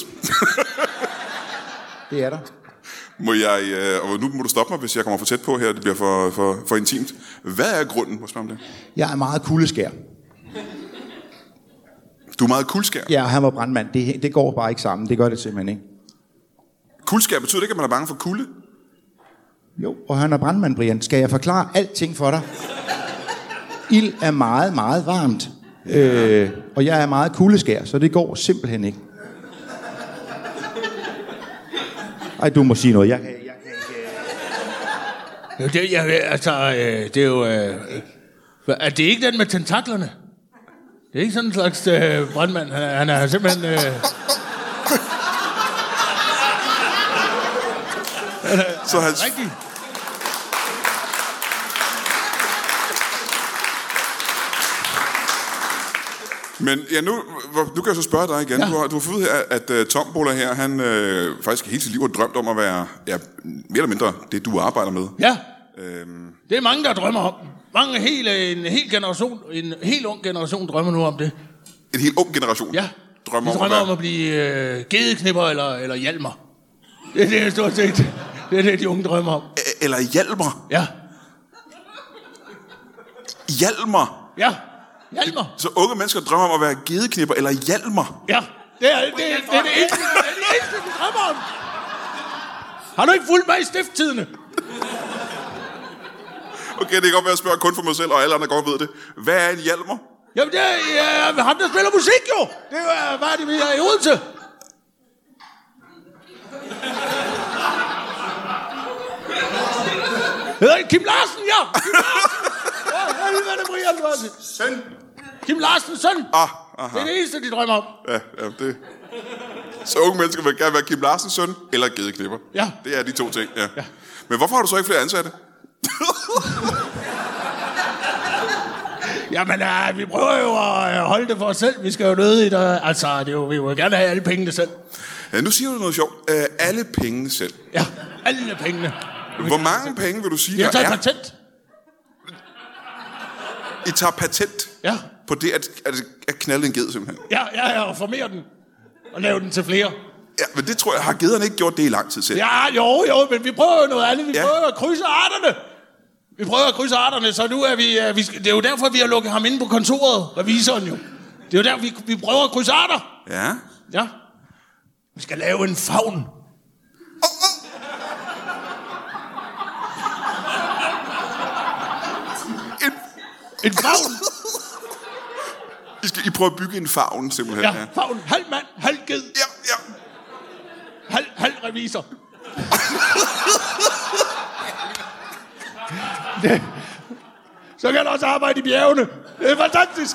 Det er der. Må jeg, øh, og nu må du stoppe mig, hvis jeg kommer for tæt på her, det bliver for, for, for intimt. Hvad er grunden, må jeg spørge om det? Jeg er meget kuldeskær. Du er meget kuldskær? Ja, han var brandmand. Det, det går bare ikke sammen. Det gør det simpelthen ikke. Kuldskær betyder det ikke, at man er bange for kulde? Jo, og han er brandmand, Brian. Skal jeg forklare alting for dig? Ild er meget, meget varmt. Øh, og jeg er meget kuldeskær, så det går simpelthen ikke. Ej, du må sige noget. Jeg kan, jeg kan ikke... Det, jeg, altså, øh, det er jo... Øh, er det ikke den med tentaklerne? Det er ikke sådan en slags øh, brandmand. Han er, han er simpelthen... Øh... han er, så hans... Rigtig. Men ja, nu, nu kan jeg så spørge dig igen. Ja. Du har, du har fået her, at uh, Tombola her, han øh, faktisk hele sit liv har drømt om at være, ja, mere eller mindre det, du arbejder med. Ja, øhm. det er mange, der drømmer om. Mange, hele, en hel generation, en helt ung generation drømmer nu om det. En helt ung generation? Ja, drømmer, de drømmer om, om at, at blive øh, gedeknipper eller, eller hjalmer. Det er det, stort set. Det er det, de unge drømmer om. Eller hjalmer? Ja. Hjalmer? Ja. Hjalmer. Så unge mennesker drømmer om at være gedeknipper eller hjalmer? Ja, det er det, det, det, er det eneste, det er det eneste, de drømmer om. Har du ikke fulgt mig i stifttidene? Okay, det kan godt være, at jeg spørger kun for mig selv, og alle andre godt ved det. Hvad er en hjalmer? Jamen, det er ja, ham, der spiller musik, jo. Det er, hvad er det, vi er i Odense? Hedder Kim Larsen, ja! Kim Larsen! Ja, helvede, Brian, du har det. Søn. Kim Larsens søn. Ah, aha. Det er det eneste, de drømmer om. Ja, ja, det... Så unge mennesker vil gerne være Kim Larsens søn eller gedeknipper. Ja. Det er de to ting, ja. ja. Men hvorfor har du så ikke flere ansatte? Jamen, ja, vi prøver jo at holde det for os selv. Vi skal jo nødigt, og, altså, det er jo, vi vil gerne have alle pengene selv. Ja, nu siger du noget sjovt. Uh, alle pengene selv. Ja, alle pengene. Hvor mange penge vil du sige, jeg der er? Jeg tager patent. I tager patent? Ja. På det at, at, at knalde en ged, simpelthen? Ja, ja, ja, og formere den. Og lave den til flere. Ja, men det tror jeg, har gederne ikke gjort det i lang tid selv? Ja, jo, jo, men vi prøver jo noget andet. Vi ja. prøver at krydse arterne. Vi prøver at krydse arterne, så nu er vi... Uh, vi skal, det er jo derfor, vi har lukket ham inde på kontoret, revisoren jo. Det er jo derfor, vi, vi prøver at krydse arter. Ja? Ja. Vi skal lave en favn. Oh, oh. En... En favn? I, skal, I prøver at bygge en favn, simpelthen. Ja, favn. Halv mand, halv ged. Ja, ja. Halv, halv revisor. Det. Så kan du også arbejde i bjergene. Det er fantastisk.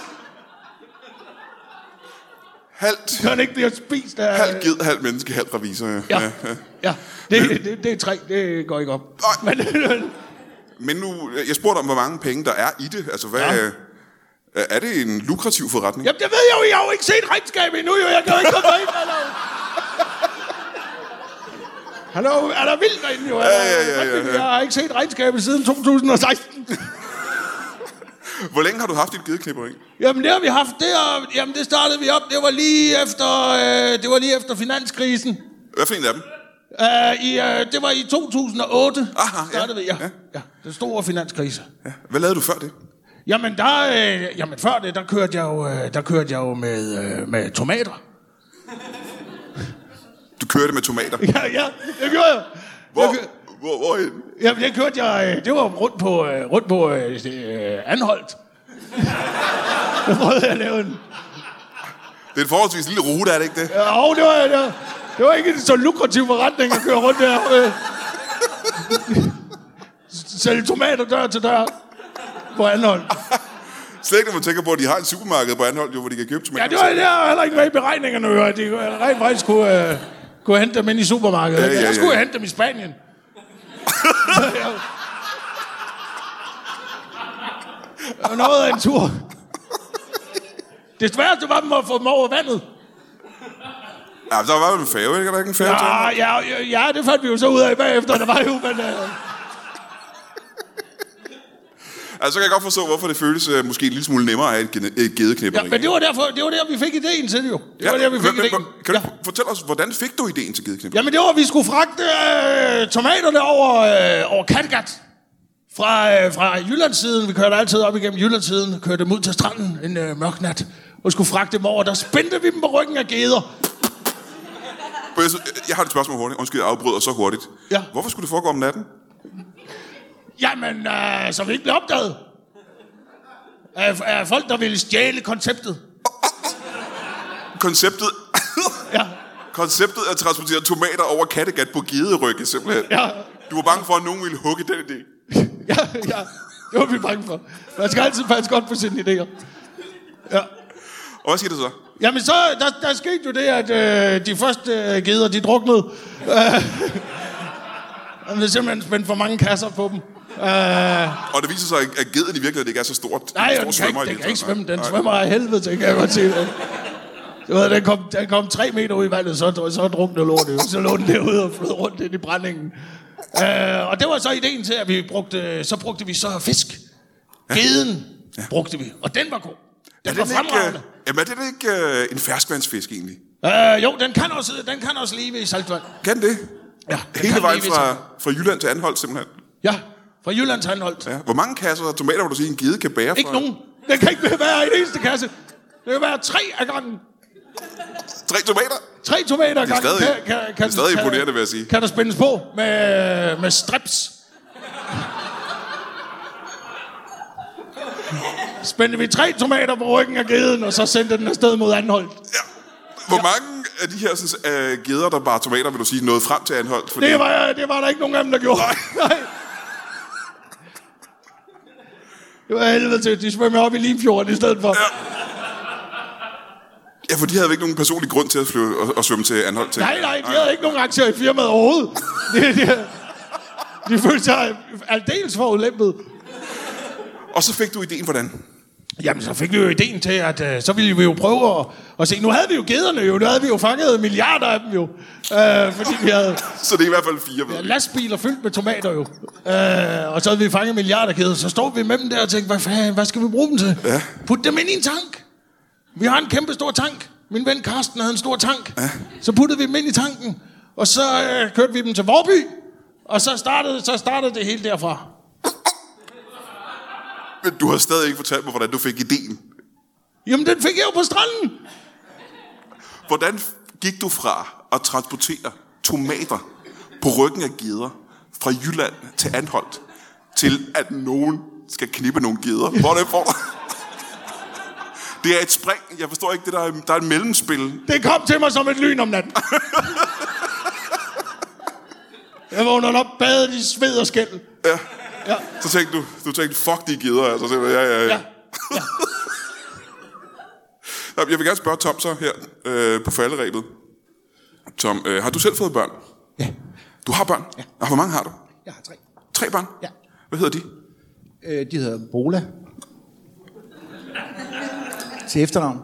Halvt. Kan ikke blive spist af... Halv ged, halv menneske, halv revisor. Ja, ja. ja. ja. Det, det, det, det er tre. Det går ikke op. Men, Men nu, jeg spurgte om, hvor mange penge der er i det. Altså, hvad... Ja. Er det en lukrativ forretning? Jamen, det ved jeg jo. Jeg har jo ikke set regnskabet endnu, jo. Jeg kan jo ikke komme ind. Hallo. Hallo, er der vildt derinde, jo? Ja, ja, ja, ja, ja. Jeg har ikke set regnskabet siden to tusind og seksten. Hvor længe har du haft dit gedeknipperi? Jamen, det har vi haft. Det, og, jamen, det startede vi op. Det var lige efter, øh, det var lige efter finanskrisen. Hvad for en af dem? Uh, i, uh, det var i to tusind og otte. Aha, startede ja. vi, ja. ja. ja. Den store finanskrise. Ja. Hvad lavede du før det? Jamen, der, øh, jamen før det, der kørte jeg jo, øh, der kørte jeg jo med, øh, med tomater. Du kørte med tomater? Ja, ja, det gjorde jeg. Hvor? jeg kør... hvor, hvorhen? Jamen, det kørte jeg, øh, det var rundt på, øh, rundt på øh, Anholdt. Der prøvede jeg at lave en... Det er en forholdsvis lille rute, er det ikke det? Ja, det var, det var, det var ikke en så lukrativ forretning at køre rundt der. Øh. Sælge tomater dør til dør på Anholdt. Slet ikke, når man tænker på, at de har en supermarked på Anholdt, hvor de kan købe tomater. Ja, det var, det var heller ikke med i beregningerne, jo. At de rent faktisk kunne, uh, kunne hente dem ind i supermarkedet. Ja, ja, ja. Jeg skulle hente dem i Spanien. Det var noget af en tur. Det sværeste var dem at få dem over vandet. Ja, så var jo en færge, ikke? Er der ikke en færge til? Ja, ja, ja, det fandt vi jo så ud af bagefter. Der var jo, men... Uh... Altså, så kan jeg godt forstå, hvorfor det føles uh, måske en lille smule nemmere af et, et gedeknipperi. Ja, men det var, derfor, det var der, vi fik idéen til det jo. Det ja, var der, vi fik men, idéen. Men, kan du ja. fortælle os, hvordan fik du idéen til gedeknipperi? Jamen, det var, at vi skulle fragte øh, tomaterne over, øh, over Kattegat. Fra, øh, fra Jyllandssiden. Vi kørte altid op igennem Jyllandssiden. Kørte dem ud til stranden en øh, mørk nat. Og skulle fragte dem over. Der spændte vi dem på ryggen af geder. Jeg har et spørgsmål hurtigt. Undskyld, jeg afbryder så hurtigt. Ja. Hvorfor skulle det foregå om natten? Jamen, øh, så vi ikke blev opdaget. Af, af folk, der ville stjæle konceptet. Konceptet? Ja. Konceptet at transportere tomater over Kattegat på gederygge, simpelthen. Ja. Du var bange for, at nogen ville hugge den idé. Ja, ja. Det var vi bange for. Man skal altid passe godt på sine idéer. Ja. Og hvad skete der så? Jamen, så der, der skete jo det, at øh, de første øh, geder, de druknede. Øh, man ville simpelthen spænde for mange kasser på dem. Uh, og det viser sig, at geden i virkeligheden ikke er så stort. Nej, den kan ikke, den kan ikke svømme. Den svømmer af helvede til, kan jeg godt sige det. Du ved, den kom, den kom tre meter ud i vandet, så, så druknede lortet. Så lå den derude og flød rundt ind i brændingen. Uh, og det var så ideen til, at vi brugte, så brugte vi så fisk. Geden ja. brugte vi, og den var god. Den var fremragende. Jamen er det ikke uh, en ferskvandsfisk egentlig? Uh, jo, den kan, også, den kan også leve i saltvand. Kan det? Ja. Hele vejen fra, fra Jylland til Anholt simpelthen? Ja, fra Jylland til Anholt. Ja. Hvor mange kasser af tomater, vil du sige, en gede kan bære fra? Ikke nogen. Den kan ikke være i en eneste kasse. Det kan være tre af gangen. Tre tomater? Tre tomater ad gangen. Det er stadig, kan, kan, kan, det er stadig kan, imponerende, vil jeg sige. Kan der spændes på med, med strips. Spændte vi tre tomater på ryggen af geden, og så sendte den afsted mod Anholt. Ja. Hvor mange af de her sådan, uh, geder, der bare tomater, vil du sige, nåede frem til Anholt? Fordi... Det, var, det var der ikke nogen af dem, der gjorde. Nej. Nej. Det var helvede til, de svømmer op i Limfjorden i stedet for. Ja. Ja, for de havde ikke nogen personlig grund til at flyve og, og svømme til Anholt. Til. Nej, nej, de havde ikke nogen aktier i firmaet overhovedet. De, de, de følte sig aldeles for ulempet. Og så fik du ideen, hvordan? Jamen, så fik vi jo ideen til, at uh, så ville vi jo prøve at, at se. Nu havde vi jo gederne jo, nu havde vi jo fanget milliarder af dem jo. Uh, fordi vi havde... Så det er i hvert fald fire, ved ja, lastbiler fyldt med tomater jo. Uh, og så havde vi fanget milliarder geder. Så stod vi med dem der og tænkte, hvad, fanden, hvad skal vi bruge dem til? Ja. Put dem ind i en tank. Vi har en kæmpe stor tank. Min ven Karsten havde en stor tank. Ja. Så puttede vi dem ind i tanken. Og så uh, kørte vi dem til Vorby. Og så startede, så startede det hele derfra. Men du har stadig ikke fortalt mig, hvordan du fik ideen. Jamen, den fik jeg jo på stranden. Hvordan gik du fra at transportere tomater på ryggen af geder fra Jylland til Anholt, til at nogen skal knippe nogle geder? Hvor det for? Det er et spring. Jeg forstår ikke, det der er, der er et mellemspil. Det kom til mig som et lyn om natten. Jeg vågnede op, badet i sved og skæld. Ja. Ja. Så tænkte du, du tænkte, fuck de gider, altså. Så, ja, ja, ja. ja. ja. Jeg vil gerne spørge Tom så her øh, på falderebet. Tom, øh, har du selv fået børn? Ja. Du har børn? Ja. Og hvor mange har du? Jeg har tre. Tre børn? Ja. Hvad hedder de? Øh, de hedder Bola. Til efternavn.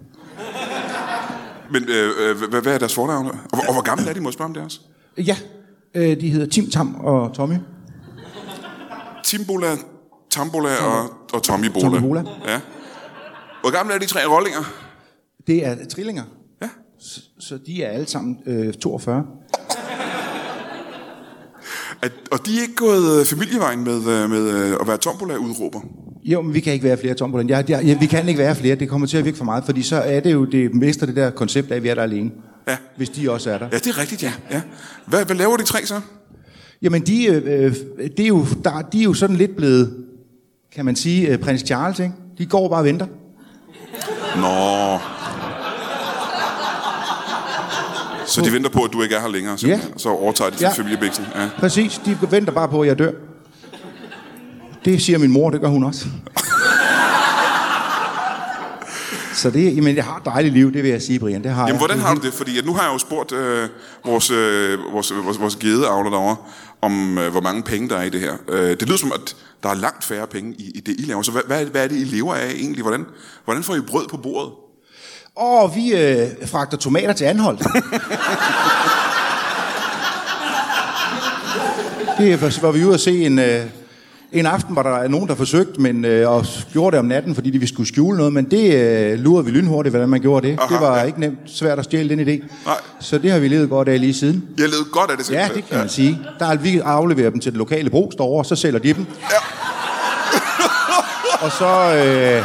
Men øh, hvad, hvad er deres fornavn? Og, og hvor gamle er de, må jeg spørge om det også? Ja, øh, de hedder Tim, Tam og Tommy. Timbola, Tambola og, og Tommy Bola. Tommy Bola. Ja. Hvor gamle er de tre rollinger? Det er trillinger. Ja. Så, så de er alle sammen øh, toogfyrre. At, og de er ikke gået familievejen med, med at være tombola-udråber? Jo, men vi kan ikke være flere tombola. Jeg, jeg, jeg, vi kan ikke være flere. Det kommer til at virke for meget, fordi så er det jo det meste det der koncept af, at vi er der alene. Ja. Hvis de også er der. Ja, det er rigtigt, ja. ja. Hvad, hvad laver de tre så? Jamen, de, øh, det er jo, der, de er jo sådan lidt blevet, kan man sige, øh, prins Charles, ikke? De går bare og venter. Nå. Så de venter på, at du ikke er her længere, ja. Så overtager de til ja. familiebiksen. Ja, præcis. De venter bare på, at jeg dør. Det siger min mor, det gør hun også. Så det, jamen, jeg har et dejligt liv, det vil jeg sige, Brian. Det har jamen, jeg. hvordan har du det? Fordi at nu har jeg jo spurgt øh, vores, øh, vores, vores, vores gedeavler derovre, om øh, hvor mange penge der er i det her. Øh, det lyder som, at der er langt færre penge i, i det, I laver. Så hvad, hvad, hvad er det, I lever af egentlig? Hvordan, hvordan får I brød på bordet? Åh, vi øh, fragter tomater til Anholt. Det var vi ude at se en... Øh, En aften var der nogen, der forsøgte, men øh, og gjorde det om natten, fordi de vi skulle skjule noget, men det øh, lurede vi lynhurtigt, hvordan man gjorde det. Aha, det var ja. ikke nemt svært at stjæle den idé. Nej. Så det har vi levet godt af lige siden. Jeg har levet godt af det simpelthen. Ja, det kan ja. man sige. Der er, vi afleverer dem til det lokale brugs derovre, og så sælger de dem. Ja. Og så... Øh,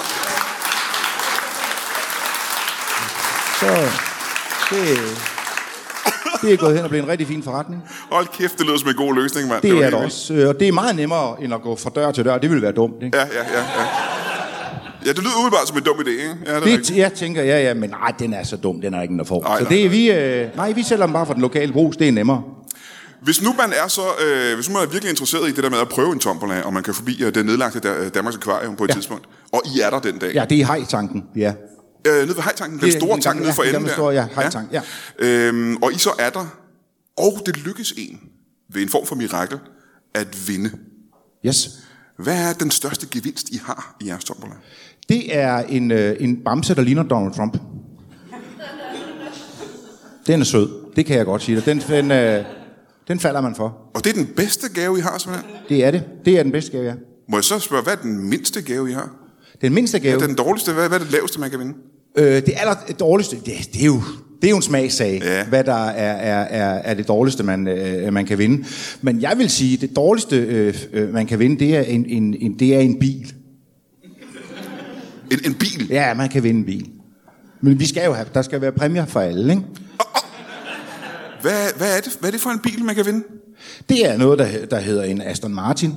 så... Det... Det er gået hen og blevet en rigtig fin forretning. Hold kæft, det lyder som en god løsning, mand. Det, det er det også. Og det er meget nemmere, end at gå fra dør til dør. Det ville være dumt, ikke? Ja, ja, ja. Ja, ja det lyder umiddelbart som en dum idé, ikke? Ja, det det, jeg tænker, ja, ja, men nej, den er så dum, den er ikke noget for. Så det er vi... Øh, nej, vi sælger dem bare fra den lokale brugs, det er nemmere. Hvis nu man er så, øh, hvis nu man er virkelig interesseret i det der med at prøve en tombola, og man kan forbi øh, det nedlagte der, Danmarks Akvarium på et ja. tidspunkt, og I er der den dag. Ja, det er i hajtanken, ja. Øh, nede ved hajtanken, den store tank nede for enden der. Store, ja, hajtank, ja. ja. Øhm, og I så er der, og det lykkes en ved en form for mirakel at vinde Yes. Hvad er den største gevinst, I har i jeres tombola? Det er en, øh, en bamse, der ligner Donald Trump. Den er sød. Det kan jeg godt sige dig. Den, den, øh, den falder man for. Og det er den bedste gave, I har, simpelthen? Det er det. Det er den bedste gave, ja. Må jeg så spørge, hvad er den mindste gave, I har? Den mindste gave? Ja, den dårligste. Hvad, hvad er det laveste, man kan vinde? Øh, det aller dårligste, det, det, er jo, det er jo en smagssag, ja. Hvad der er, er, er, er det dårligste, man, øh, man kan vinde. Men jeg vil sige, det dårligste, øh, man kan vinde, det er en, en, en, det er en bil. En, en bil? Ja, man kan vinde en bil. Men vi skal jo have, der skal være præmier for alle, ikke? Oh, oh. Hvad, hvad, er det, hvad er det for en bil, man kan vinde? Det er noget, der, der hedder en Aston Martin.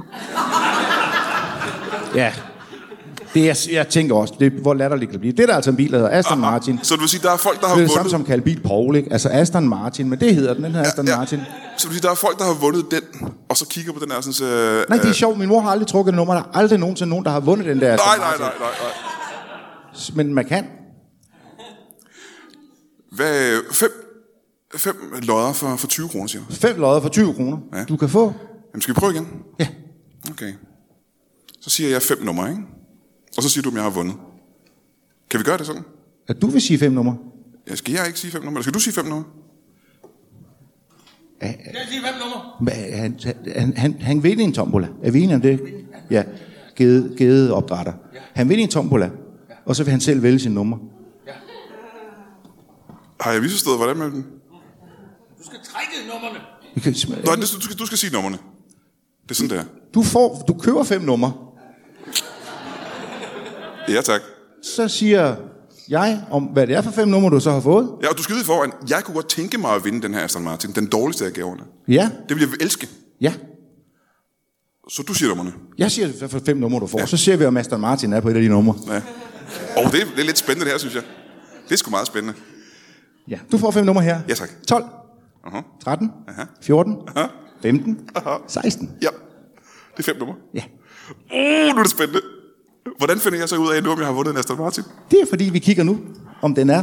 Ja. Det er, jeg tænker også, det, hvor latterligt kan det blive. Det er der altså en bil, der hedder Aston Aha. Martin. Så du vil sige, der er folk, der har vundet... vundet... Det er det samme som kalde bil Paul, ikke? Altså Aston Martin, men det hedder den, den hedder ja, Aston ja. Martin. Så du vil sige, der er folk, der har vundet den, og så kigger på den her sådan... Så, øh, nej, det er sjovt. Min mor har aldrig trukket det nummer. Der er aldrig nogensinde nogen, der har vundet den der Aston nej, nej, Martin. nej, nej, nej. Men man kan. Hvad... Fem, fem lodder for, for tyve kroner, siger du? Fem lodder for tyve kroner. Ja. Du kan få... Jamen, skal vi prøve igen? Ja. Okay. Så siger jeg fem numre, ikke? Og så siger du, om jeg har vundet. Kan vi gøre det sådan? At du vil sige fem numre? Ja, skal jeg ikke sige fem numre? Eller skal du sige fem numre? Ja, jeg siger fem numre. Han, han, han, han vil en tombola. Er vi enige om det? Ja. Gede, gede opdrætter. Han vil en tombola. Og så vil han selv vælge sin nummer. Ja. Har jeg misforstået, hvordan med den? Du skal trække nummerne. Nå, du skal, du skal sige nummerne. Det er sådan, der. Du, får, du køber fem numre. Ja, tak. Så siger jeg, om hvad det er for fem numre, du så har fået. Ja, og du skal vide foran. Jeg kunne godt tænke mig at vinde den her Aston Martin. Den dårligste af gaverne. Ja. Det vil jeg elske. Ja. Så du siger nummerne. Jeg siger det for fem numre, du får. Ja. Så ser vi, om Aston Martin er på et af de numre. Ja. Og det, det er lidt spændende det her, synes jeg. Det er sgu meget spændende. Ja, du får fem numre her. Ja, tak. tolv. Uh-huh. tretten. Uh-huh. fjorten. Uh-huh. femten. Uh-huh. seksten. Ja. Det er fem numre. Ja. Uh, nu er det spændende. Hvordan finder jeg så ud af nu, om jeg har vundet en Aston Martin? Det er fordi, vi kigger nu, om den er.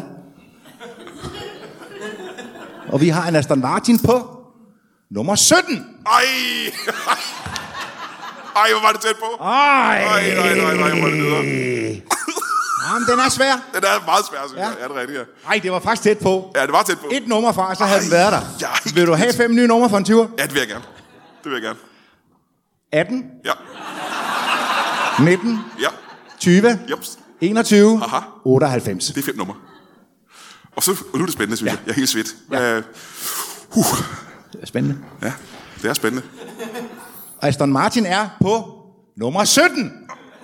Og vi har en Aston Martin på nummer sytten. Ej! Ej, hvor var det tæt på. Ej! Ej, nej, nej, nej, hvor er det videre. Jamen, den er svær. Den er meget svær, synes ja. jeg. Ja, det er rigtigt, ja. Ej, det var faktisk tæt på. Ja, det var tæt på. Et nummer fra, så havde Ej, den været der. Ja, vil du have fem nye numre for en tyver? Ja, det vil jeg gerne. Det vil jeg gerne. atten. Ja. nitten. Ja. tyve. Jeps. enogtyve. Aha. otteoghalvfems. Det er fem numre. Og så, og nu er det spændende, synes ja. jeg. Jeg er helt svedt. Ja. Uh, huh. Det er spændende. Ja, det er spændende. Aston Martin er på nummer sytten.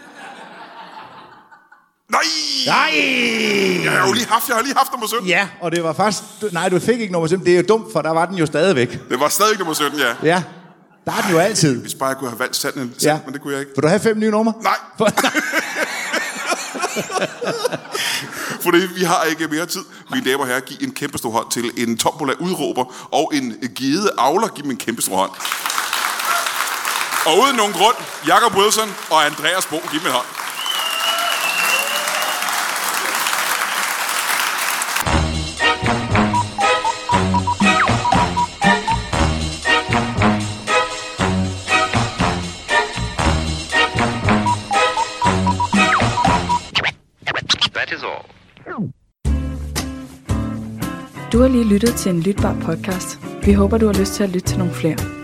Nej! Nej! Jeg har jo lige haft, jeg har lige haft nummer sytten. Ja, og det var faktisk... Nej, du fik ikke nummer sytten. Det er jo dumt, for der var den jo stadigvæk. Det var stadig nummer sytten, ja. Ja, der er den jo altid. Hvis bare jeg kunne have valgt sanden, ja. Men det kunne jeg ikke. Vil du have fem nye numre? Nej. For... Fordi vi har ikke mere tid. Mine damer og herrer, giv en kæmpe stor hånd til en tombola udråber og en gede avler. Giv dem en kæmpe stor hånd. Og uden nogen grund, Jakob Wilson og Andreas Bo, giv dem en hånd. That is all. Du har lige lyttet til en lytbar podcast. Vi håber, du har lyst til at lytte til nogle flere.